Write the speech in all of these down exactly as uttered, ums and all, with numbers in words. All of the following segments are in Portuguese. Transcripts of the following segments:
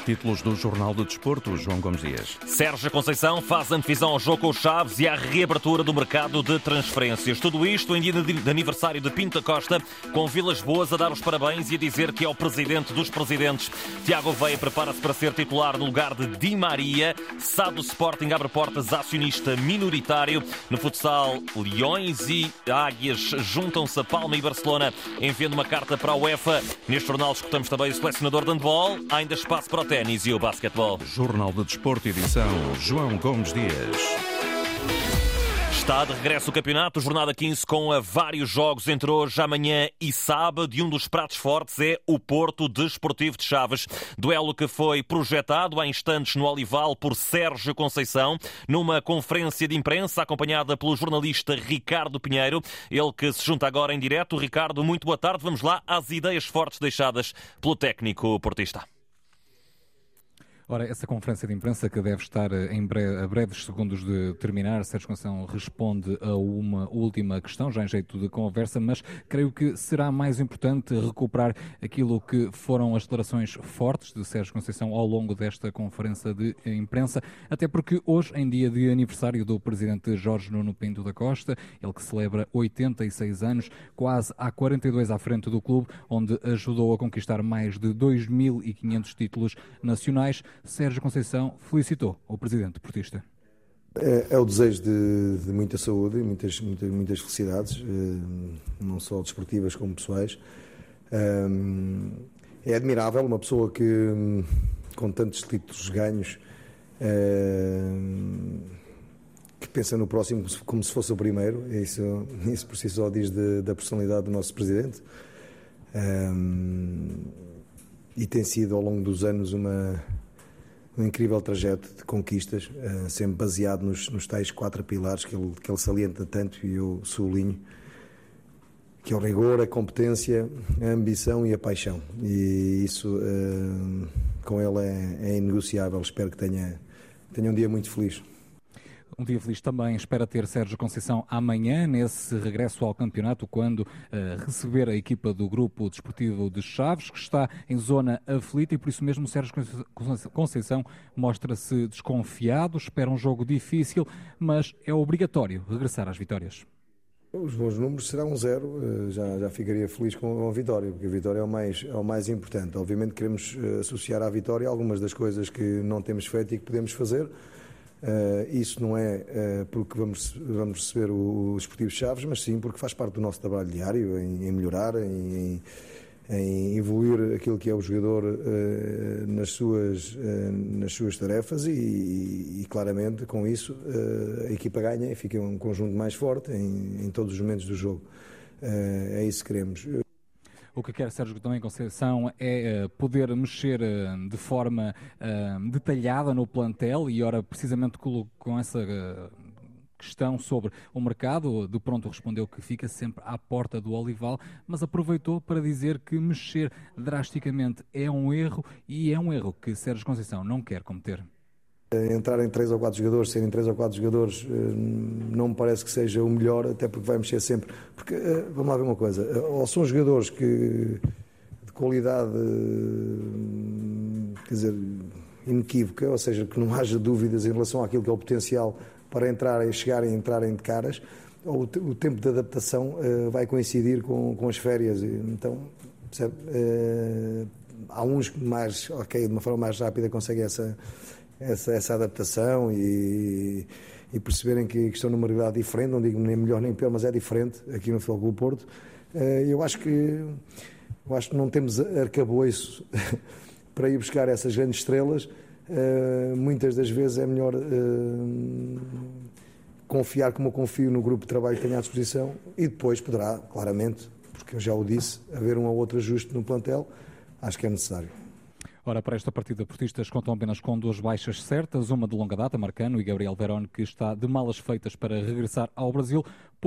títulos do Jornal do Desporto, João Gomes Dias. Sérgio Conceição faz antevisão ao jogo com os Chaves e à reabertura do mercado de transferências. Tudo isto em dia de aniversário de Pinto da Costa, com Vilas Boas a dar os parabéns e a dizer que é o presidente dos presidentes. Tiago Veia prepara-se para ser titular no lugar de Di Maria. S A D do Sporting abre portas a acionista minoritário. No futsal, Leões e Águias juntam-se a Palma e Barcelona, enviando uma carta para a UEFA. Neste jornal escutamos também o selecionador de handball. Há ainda espaço para o ténis e o basquetebol. Jornal do Desporto, edição João Gomes Dias. Está de regresso o campeonato, jornada quinze com vários jogos entre hoje, amanhã e sábado. E um dos pratos fortes é o Porto Desportivo de Chaves. Duelo que foi projetado há instantes no Olival por Sérgio Conceição, numa conferência de imprensa acompanhada pelo jornalista Ricardo Pinheiro. Ele que se junta agora em direto. Ricardo, muito boa tarde. Vamos lá às ideias fortes deixadas pelo técnico portista. Ora, essa conferência de imprensa que deve estar em breve, a breves segundos de terminar, Sérgio Conceição responde a uma última questão, já em jeito de conversa, mas creio que será mais importante recuperar aquilo que foram as declarações fortes de Sérgio Conceição ao longo desta conferência de imprensa, até porque hoje, em dia de aniversário do presidente Jorge Nuno Pinto da Costa, ele que celebra oitenta e seis anos, quase há quarenta e dois à frente do clube, onde ajudou a conquistar mais de dois mil e quinhentos títulos nacionais, Sérgio Conceição felicitou o presidente portista. É, é o desejo de, de muita saúde e muitas, muitas, muitas felicidades, não só desportivas como pessoais. É admirável uma pessoa que, com tantos títulos ganhos, que pensa no próximo como se fosse o primeiro. Isso, isso por si só diz de, da personalidade do nosso presidente. E tem sido ao longo dos anos uma... um incrível trajeto de conquistas, uh, sempre baseado nos, nos tais quatro pilares que ele, que ele salienta tanto e eu sublinho, que é o rigor, a competência, a ambição e a paixão. E isso uh, com ele é, é inegociável. Espero que tenha, tenha um dia muito feliz. Um dia feliz também espera ter Sérgio Conceição amanhã, nesse regresso ao campeonato, quando uh, receber a equipa do Grupo Desportivo de Chaves, que está em zona aflita, e por isso mesmo Sérgio Conceição mostra-se desconfiado, espera um jogo difícil, mas é obrigatório regressar às vitórias. Os bons números serão um zero, já, já ficaria feliz com a vitória, porque a vitória é o mais, é o mais importante. Obviamente queremos associar à vitória algumas das coisas que não temos feito e que podemos fazer. Uh, isso não é uh, porque vamos, vamos receber o, o Desportivo Chaves, mas sim porque faz parte do nosso trabalho diário em, em melhorar, em, em evoluir aquilo que é o jogador uh, nas, suas, uh, nas suas tarefas e, e, e claramente com isso uh, a equipa ganha e fica um conjunto mais forte em, em todos os momentos do jogo. Uh, é isso que queremos. O que quer Sérgio também Conceição é uh, poder mexer uh, de forma uh, detalhada no plantel e, ora, precisamente com, com essa uh, questão sobre o mercado, de pronto respondeu que fica sempre à porta do Olival, mas aproveitou para dizer que mexer drasticamente é um erro e é um erro que Sérgio Conceição não quer cometer. Entrar em três ou quatro jogadores, serem três ou quatro jogadores, não me parece que seja o melhor, até porque vai mexer sempre. Porque, vamos lá ver uma coisa, ou são jogadores que, de qualidade, quer dizer, inequívoca, ou seja, que não haja dúvidas em relação àquilo que é o potencial para entrar e chegarem a entrarem de caras, ou o tempo de adaptação vai coincidir com, com as férias. Então, percebe? Há uns que mais, ok, de uma forma mais rápida conseguem essa... Essa, essa adaptação e, e perceberem que, que estão numa realidade diferente, não digo nem melhor nem pior, mas é diferente aqui no Futebol Clube Porto. Eu acho que, eu acho que não temos arcabouço para ir buscar essas grandes estrelas. Muitas das vezes é melhor confiar como eu confio no grupo de trabalho que tenho à disposição e depois poderá, claramente, porque eu já o disse, haver um ou outro ajuste no plantel, acho que é necessário. Ora, para esta partida, portistas contam apenas com duas baixas certas, uma de longa data, Marcano e Gabriel Verón, que está de malas feitas para regressar ao Brasil.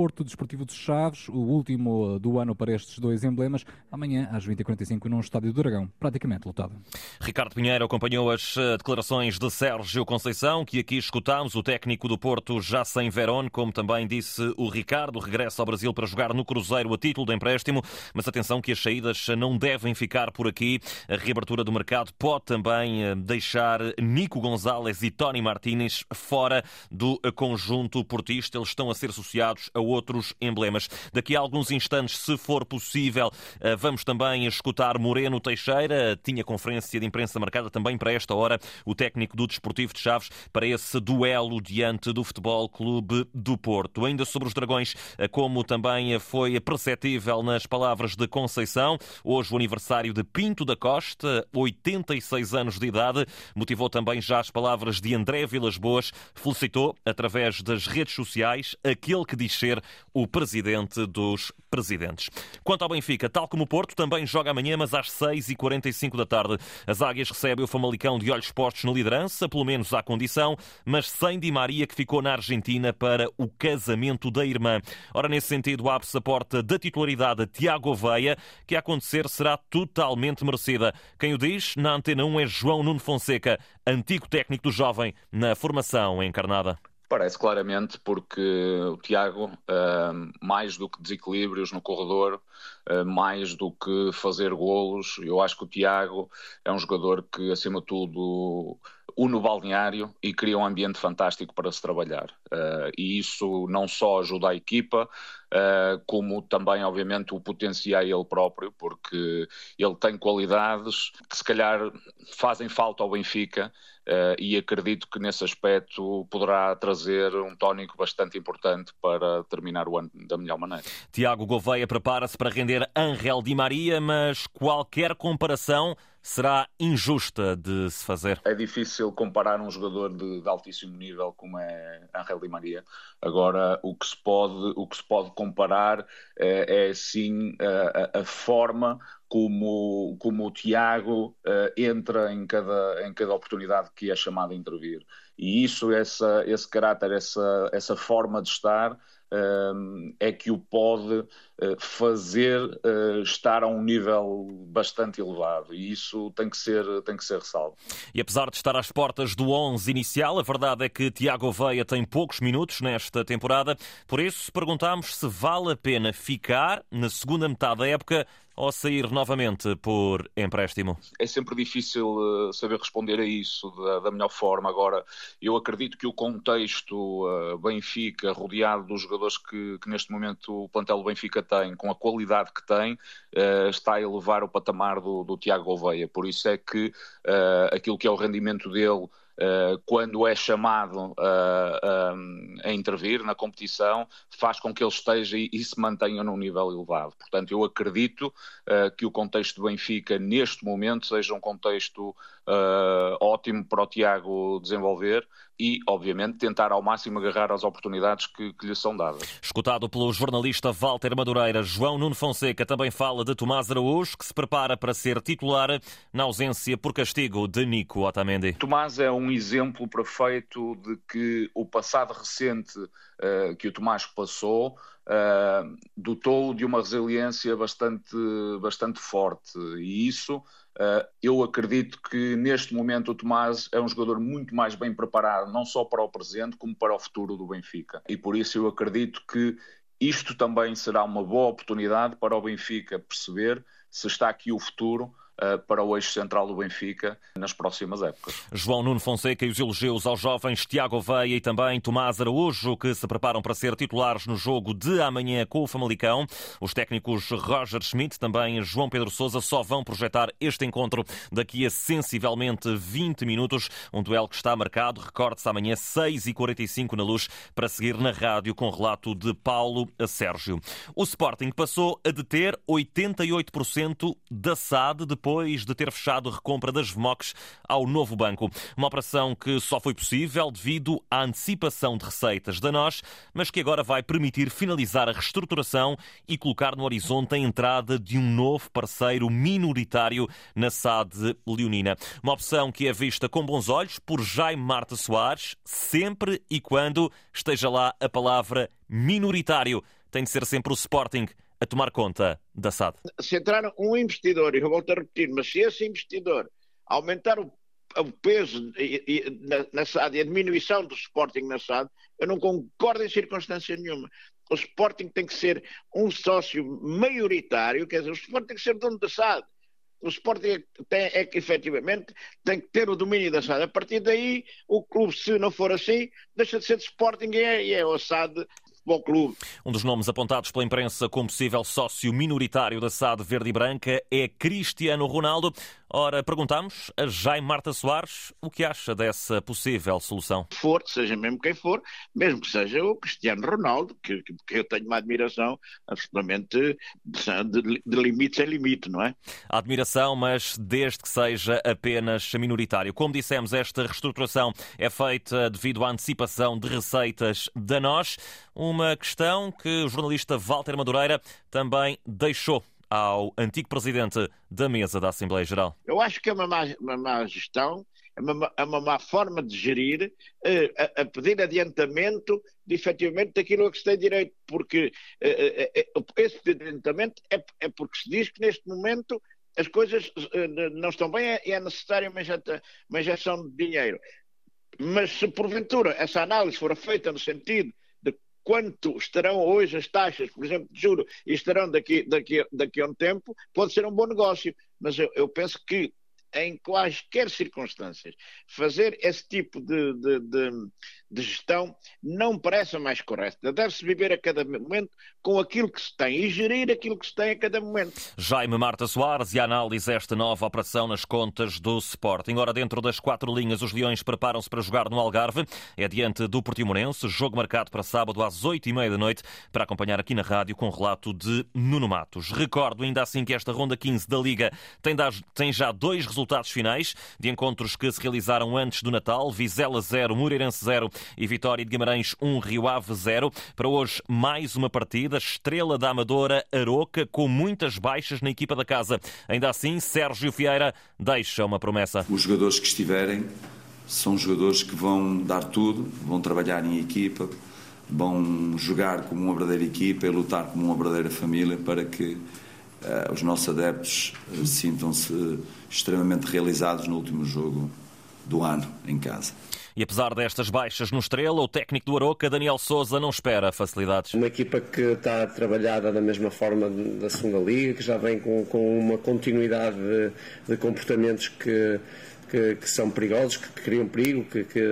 Porto Desportivo de Chaves, o último do ano para estes dois emblemas, amanhã às vinte e quarenta e cinco num estádio do Dragão, praticamente lotado. Ricardo Pinheiro acompanhou as declarações de Sérgio Conceição, que aqui escutámos, o técnico do Porto já sem Verón, como também disse o Ricardo, regressa ao Brasil para jogar no Cruzeiro a título de empréstimo, mas atenção que as saídas não devem ficar por aqui. A reabertura do mercado pode também deixar Nico Gonzalez e Tony Martínez fora do conjunto portista. Eles estão a ser associados a outros emblemas. Daqui a alguns instantes, se for possível, vamos também escutar Moreno Teixeira. Tinha conferência de imprensa marcada também para esta hora, o técnico do Desportivo de Chaves, para esse duelo diante do Futebol Clube do Porto. Ainda sobre os Dragões, como também foi perceptível nas palavras de Conceição, hoje o aniversário de Pinto da Costa, oitenta e seis anos de idade, motivou também já as palavras de André Vilas-Boas, felicitou através das redes sociais aquele que diz ser o presidente dos presidentes. Quanto ao Benfica, tal como o Porto, também joga amanhã, mas às seis e quarenta e cinco da tarde. As Águias recebem o Famalicão de olhos postos na liderança, pelo menos à condição, mas sem Di Maria, que ficou na Argentina para o casamento da irmã. Ora, nesse sentido, abre-se a porta da titularidade a Tiago Oveia, que a acontecer será totalmente merecida. Quem o diz na Antena um é João Nuno Fonseca, antigo técnico do Jovem na formação encarnada. Parece claramente, porque o Tiago, mais do que desequilíbrios no corredor, mais do que fazer golos, eu acho que o Tiago é um jogador que, acima de tudo, une o balneário e cria um ambiente fantástico para se trabalhar. E isso não só ajuda a equipa, como também, obviamente, o potencia ele próprio, porque ele tem qualidades que, se calhar, fazem falta ao Benfica. Uh, e acredito que nesse aspecto poderá trazer um tónico bastante importante para terminar o ano da melhor maneira. Tiago Gouveia prepara-se para render Ángel Di Maria, mas qualquer comparação será injusta de se fazer. É difícil comparar um jogador de, de altíssimo nível como é Ángel Di Maria. Agora, o que se pode, o que se pode comparar é, é sim a, a forma como, como o Tiago uh, entra em cada, em cada oportunidade que é chamado a intervir. E isso, essa, esse caráter, essa, essa forma de estar, uh, é que o pode uh, fazer uh, estar a um nível bastante elevado. E isso tem que ser, tem que ser ressalvo. E apesar de estar às portas do onze inicial, a verdade é que Tiago Oveia tem poucos minutos nesta temporada. Por isso, perguntámos se vale a pena ficar na segunda metade da época ou sair novamente por empréstimo. É sempre difícil uh, saber responder a isso da, da melhor forma. Agora, eu acredito que o contexto uh, Benfica, rodeado dos jogadores que, que neste momento o plantel do Benfica tem, com a qualidade que tem, uh, está a elevar o patamar do, do Tiago Gouveia. Por isso é que uh, aquilo que é o rendimento dele, Uh, quando é chamado uh, uh, a intervir na competição, faz com que ele esteja e, e se mantenha num nível elevado. Portanto, eu acredito uh, que o contexto do Benfica, neste momento, seja um contexto uh, ótimo para o Tiago desenvolver e, obviamente, tentar ao máximo agarrar as oportunidades que, que lhe são dadas. Escutado pelo jornalista Walter Madureira, João Nuno Fonseca também fala de Tomás Araújo, que se prepara para ser titular na ausência por castigo de Nico Otamendi. Tomás é um exemplo perfeito de que o passado recente uh, que o Tomás passou uh, dotou de uma resiliência bastante, bastante forte. E isso, uh, eu acredito que neste momento o Tomás é um jogador muito mais bem preparado, não só para o presente, como para o futuro do Benfica. E por isso eu acredito que isto também será uma boa oportunidade para o Benfica perceber se está aqui o futuro para o eixo central do Benfica nas próximas épocas. João Nuno Fonseca e os elogios aos jovens Tiago Oveia e também Tomás Araújo, que se preparam para ser titulares no jogo de amanhã com o Famalicão. Os técnicos Roger Schmidt, também João Pedro Sousa, só vão projetar este encontro daqui a sensivelmente vinte minutos. Um duelo que está marcado, recorde-se, amanhã seis e quarenta e cinco na Luz, para seguir na rádio com relato de Paulo a Sérgio. O Sporting passou a deter oitenta e oito por cento da S A D depois depois de ter fechado a recompra das V M O Cs ao novo banco. Uma operação que só foi possível devido à antecipação de receitas da N O S, mas que agora vai permitir finalizar a reestruturação e colocar no horizonte a entrada de um novo parceiro minoritário na S A D leonina. Uma opção que é vista com bons olhos por Jaime Marta Soares, sempre e quando esteja lá a palavra minoritário. Tem de ser sempre o Sporting a tomar conta da S A D. Se entrar um investidor, e eu volto a repetir, mas se esse investidor aumentar o, o peso e, e, na, na S A D e a diminuição do Sporting na S A D, eu não concordo em circunstância nenhuma. O Sporting tem que ser um sócio maioritário, quer dizer, o Sporting tem que ser dono da S A D. O Sporting tem, é que, efetivamente, tem que ter o domínio da S A D. A partir daí, o clube, se não for assim, deixa de ser de Sporting e é, e é o S A D Futebol Clube. Um dos nomes apontados pela imprensa como possível sócio minoritário da S A D verde e branca é Cristiano Ronaldo. Ora, perguntamos a Jaime Marta Soares o que acha dessa possível solução. For, seja mesmo quem for, mesmo que seja o Cristiano Ronaldo, que, que, que eu tenho uma admiração absolutamente de, de limite sem limite, não é? A admiração, mas desde que seja apenas minoritário. Como dissemos, esta reestruturação é feita devido à antecipação de receitas da N O S, uma questão que o jornalista Walter Madureira também deixou ao antigo presidente da mesa da Assembleia Geral. Eu acho que é uma má, uma má gestão, é uma, é uma má forma de gerir, eh, a, a pedir adiantamento de, efetivamente, daquilo a que se tem direito, porque eh, eh, esse adiantamento é, é porque se diz que neste momento as coisas eh, não estão bem e é necessária uma, injeta, uma injeção de dinheiro. Mas se porventura essa análise for feita no sentido quanto estarão hoje as taxas, por exemplo, de juros, e estarão daqui, daqui, daqui a um tempo, pode ser um bom negócio. Mas eu, eu penso que, em quaisquer circunstâncias, fazer esse tipo de, de, de, de gestão não parece a mais correta. Deve-se viver a cada momento com aquilo que se tem e gerir aquilo que se tem a cada momento. Jaime Marta Soares e a análise esta nova operação nas contas do Sporting. Ora, dentro das quatro linhas, os Leões preparam-se para jogar no Algarve. É diante do Portimonense, jogo marcado para sábado às oito e meia da noite, para acompanhar aqui na rádio com relato de Nuno Matos. Recordo ainda assim que esta ronda quinze da Liga tem, tem já dois resultados Resultados finais de encontros que se realizaram antes do Natal. Vizela zero, Moreirense zero e Vitória de Guimarães um, Rio Ave zero. Para hoje, mais uma partida. Estrela da Amadora, Aroca, com muitas baixas na equipa da casa. Ainda assim, Sérgio Vieira deixa uma promessa. Os jogadores que estiverem são jogadores que vão dar tudo, vão trabalhar em equipa, vão jogar como uma verdadeira equipa e lutar como uma verdadeira família para que Uh, os nossos adeptos uh, sintam-se extremamente realizados no último jogo do ano em casa. E apesar destas baixas no Estrela, o técnico do Aroca, Daniel Sousa, não espera facilidades. Uma equipa que está trabalhada da mesma forma da segunda Liga, que já vem com, com uma continuidade de, de comportamentos que, que, que são perigosos, que criam perigo que, que,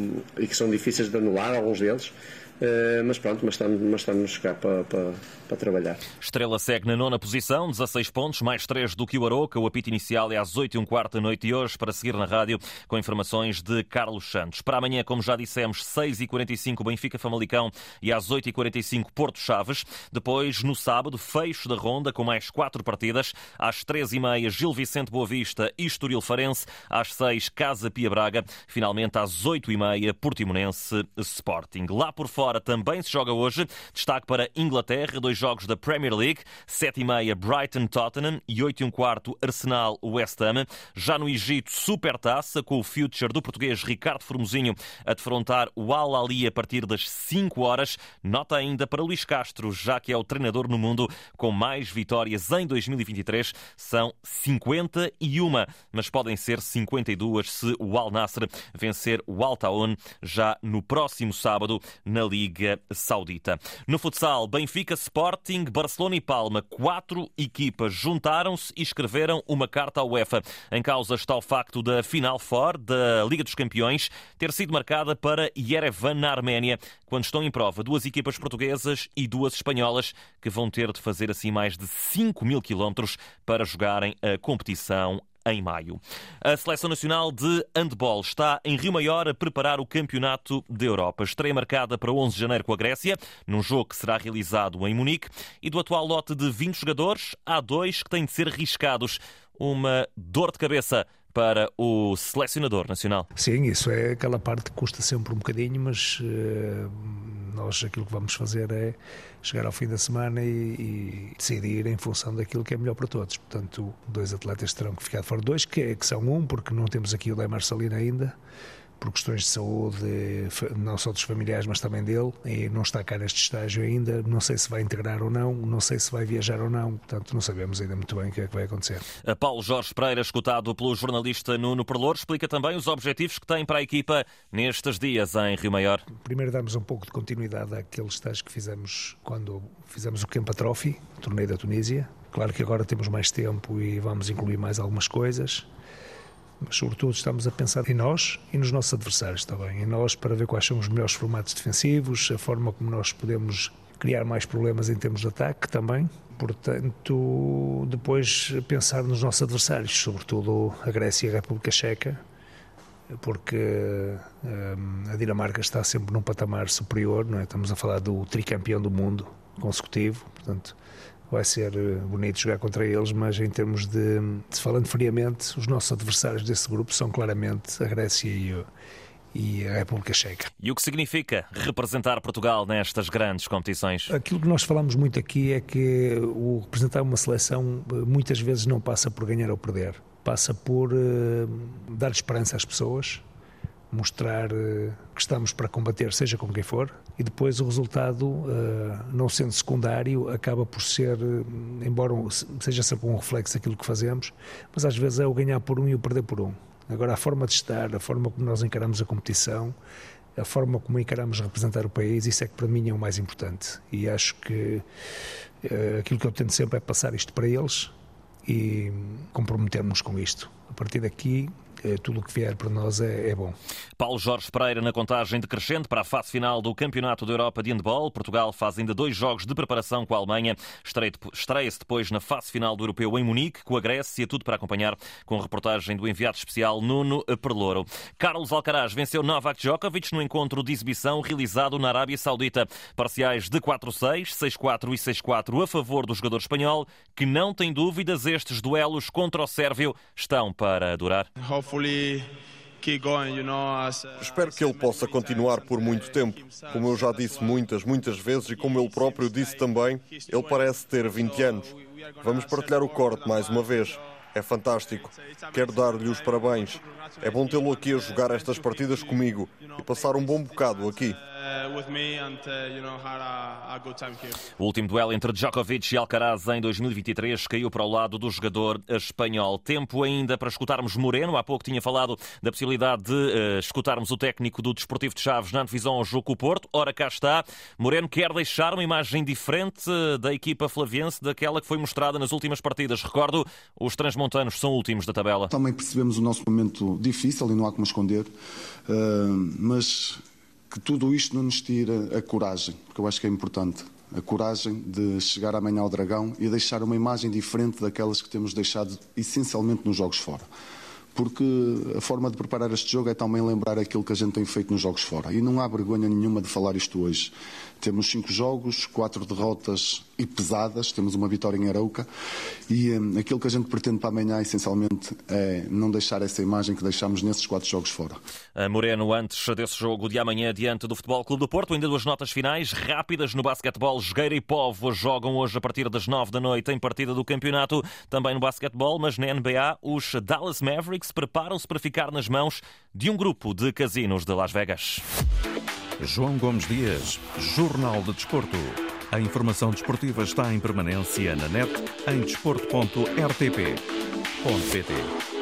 e que são difíceis de anular, alguns deles. Uh, mas pronto, mas estamos, mas estamos cá para, para, para trabalhar. Estrela segue na nona posição, dezasseis pontos, mais três do que o Aroca. O apito inicial é às oito e um quarto da noite de hoje, para seguir na rádio com informações de Carlos Santos. Para amanhã, como já dissemos, seis e quarenta e cinco Benfica Famalicão e às oito e quarenta e cinco Porto Chaves. Depois, no sábado, fecho da ronda com mais quatro partidas. Às treze e meia, Gil Vicente Boa Vista e Estoril Farense. Às seis, Casa Pia Braga. Finalmente, às oito e meia, Portimonense Sporting. Lá por fora também se joga hoje. Destaque para Inglaterra, dois jogos da Premier League. sete e meia, Brighton Tottenham e oito e um quarto, Arsenal West Ham. Já no Egito, Supertaça, com o future do português Ricardo Formosinho a defrontar o Al Ahly a partir das cinco horas. Nota ainda para Luís Castro, já que é o treinador no mundo com mais vitórias em dois mil e vinte e três. São cinquenta e uma, mas podem ser cinquenta e duas se o Al Nassr vencer o Al Taoun já no próximo sábado na Liga Saudita. No futsal, Benfica, Sporting, Barcelona e Palma, quatro equipas juntaram-se e escreveram uma carta à UEFA. Em causa está o facto da Final Four da Liga dos Campeões ter sido marcada para Yerevan, na Arménia, quando estão em prova duas equipas portuguesas e duas espanholas, que vão ter de fazer assim mais de cinco mil quilómetros para jogarem a competição em maio. A Seleção Nacional de Handball está em Rio Maior a preparar o Campeonato da Europa. Estreia marcada para onze de janeiro com a Grécia, num jogo que será realizado em Munique. E do atual lote de vinte jogadores, há dois que têm de ser riscados. uma dor de cabeça para o selecionador nacional. Sim, isso é aquela parte que custa sempre um bocadinho, mas uh, nós aquilo que vamos fazer é chegar ao fim da semana e, e decidir em função daquilo que é melhor para todos. Portanto, dois atletas terão que ficar fora, dois que, que são um, porque não temos aqui o Lemar Salina ainda, por questões de saúde, não só dos familiares, mas também dele, e não está cá neste estágio ainda, não sei se vai integrar ou não, não sei se vai viajar ou não, portanto não sabemos ainda muito bem o que é que vai acontecer. A Paulo Jorge Pereira, escutado pelo jornalista Nuno Perlouro, explica também os objetivos que tem para a equipa nestes dias em Rio Maior. Primeiro damos um pouco de continuidade àquele estágio que fizemos quando fizemos o Kempa Trophy, o torneio da Tunísia. Claro que agora temos mais tempo e vamos incluir mais algumas coisas, mas sobretudo estamos a pensar em nós e nos nossos adversários também, em nós para ver quais são os melhores formatos defensivos, a forma como nós podemos criar mais problemas em termos de ataque também. Portanto, depois pensar nos nossos adversários, sobretudo a Grécia e a República Checa, porque um, a Dinamarca está sempre num patamar superior, não é? Estamos a falar do tricampeão do mundo consecutivo, portanto vai ser bonito jogar contra eles, mas em termos de, de falando friamente, os nossos adversários desse grupo são claramente a Grécia e, o, e a República Checa. E o que significa representar Portugal nestas grandes competições? Aquilo que nós falamos muito aqui é que o representar uma seleção muitas vezes não passa por ganhar ou perder, passa por uh, dar esperança às pessoas, mostrar uh, que estamos para combater, seja com quem for, e depois o resultado, uh, não sendo secundário, acaba por ser, uh, embora seja sempre um reflexo daquilo que fazemos, mas às vezes é o ganhar por um e o perder por um. Agora, a forma de estar, a forma como nós encaramos a competição, a forma como encaramos representar o país, isso é que para mim é o mais importante. E acho que uh, aquilo que eu tento sempre é passar isto para eles e comprometermos com isto. A partir daqui, tudo o que vier para nós é, é bom. Paulo Jorge Pereira na contagem decrescente para a fase final do Campeonato da Europa de Handball. Portugal faz ainda dois jogos de preparação com a Alemanha. Estreia-se depois na fase final do Europeu em Munique, com a Grécia. Tudo para acompanhar com a reportagem do enviado especial Nuno Perlouro. Carlos Alcaraz venceu Novak Djokovic no encontro de exibição realizado na Arábia Saudita. Parciais de quatro seis, seis quatro e seis quatro a favor do jogador espanhol, que não tem dúvidas, estes duelos contra o sérvio estão para durar. Espero que ele possa continuar por muito tempo. Como eu já disse muitas, muitas vezes e como ele próprio disse também, ele parece ter vinte anos. Vamos partilhar o corte mais uma vez. É fantástico. Quero dar-lhe os parabéns. É bom tê-lo aqui a jogar estas partidas comigo e passar um bom bocado aqui. O último duelo entre Djokovic e Alcaraz em dois mil e vinte e três caiu para o lado do jogador espanhol. Tempo ainda para escutarmos Moreno. Há pouco tinha falado da possibilidade de uh, escutarmos o técnico do Desportivo de Chaves na antevisão ao jogo com o Porto. Ora, cá está. Moreno quer deixar uma imagem diferente da equipa flaviense daquela que foi mostrada nas últimas partidas. Recordo, os transmontanos são últimos da tabela. Também percebemos o nosso momento difícil e não há como esconder, uh, mas que tudo isto não nos tira a coragem, porque eu acho que é importante, a coragem de chegar amanhã ao Dragão e deixar uma imagem diferente daquelas que temos deixado essencialmente nos jogos fora. Porque a forma de preparar este jogo é também lembrar aquilo que a gente tem feito nos jogos fora. E não há vergonha nenhuma de falar isto hoje. Temos cinco jogos, quatro derrotas e pesadas, temos uma vitória em Arauca e um, aquilo que a gente pretende para amanhã, essencialmente, é não deixar essa imagem que deixámos nesses quatro jogos fora. Moreno, antes desse jogo de amanhã diante do Futebol Clube do Porto, ainda duas notas finais rápidas no basquetebol. Jogueira e Póvoa jogam hoje a partir das nove da noite em partida do campeonato, também no basquetebol, mas na N B A os Dallas Mavericks preparam-se para ficar nas mãos de um grupo de casinos de Las Vegas. João Gomes Dias, Jornal de Desporto. A informação desportiva está em permanência na net em desporto ponto r t p ponto p t.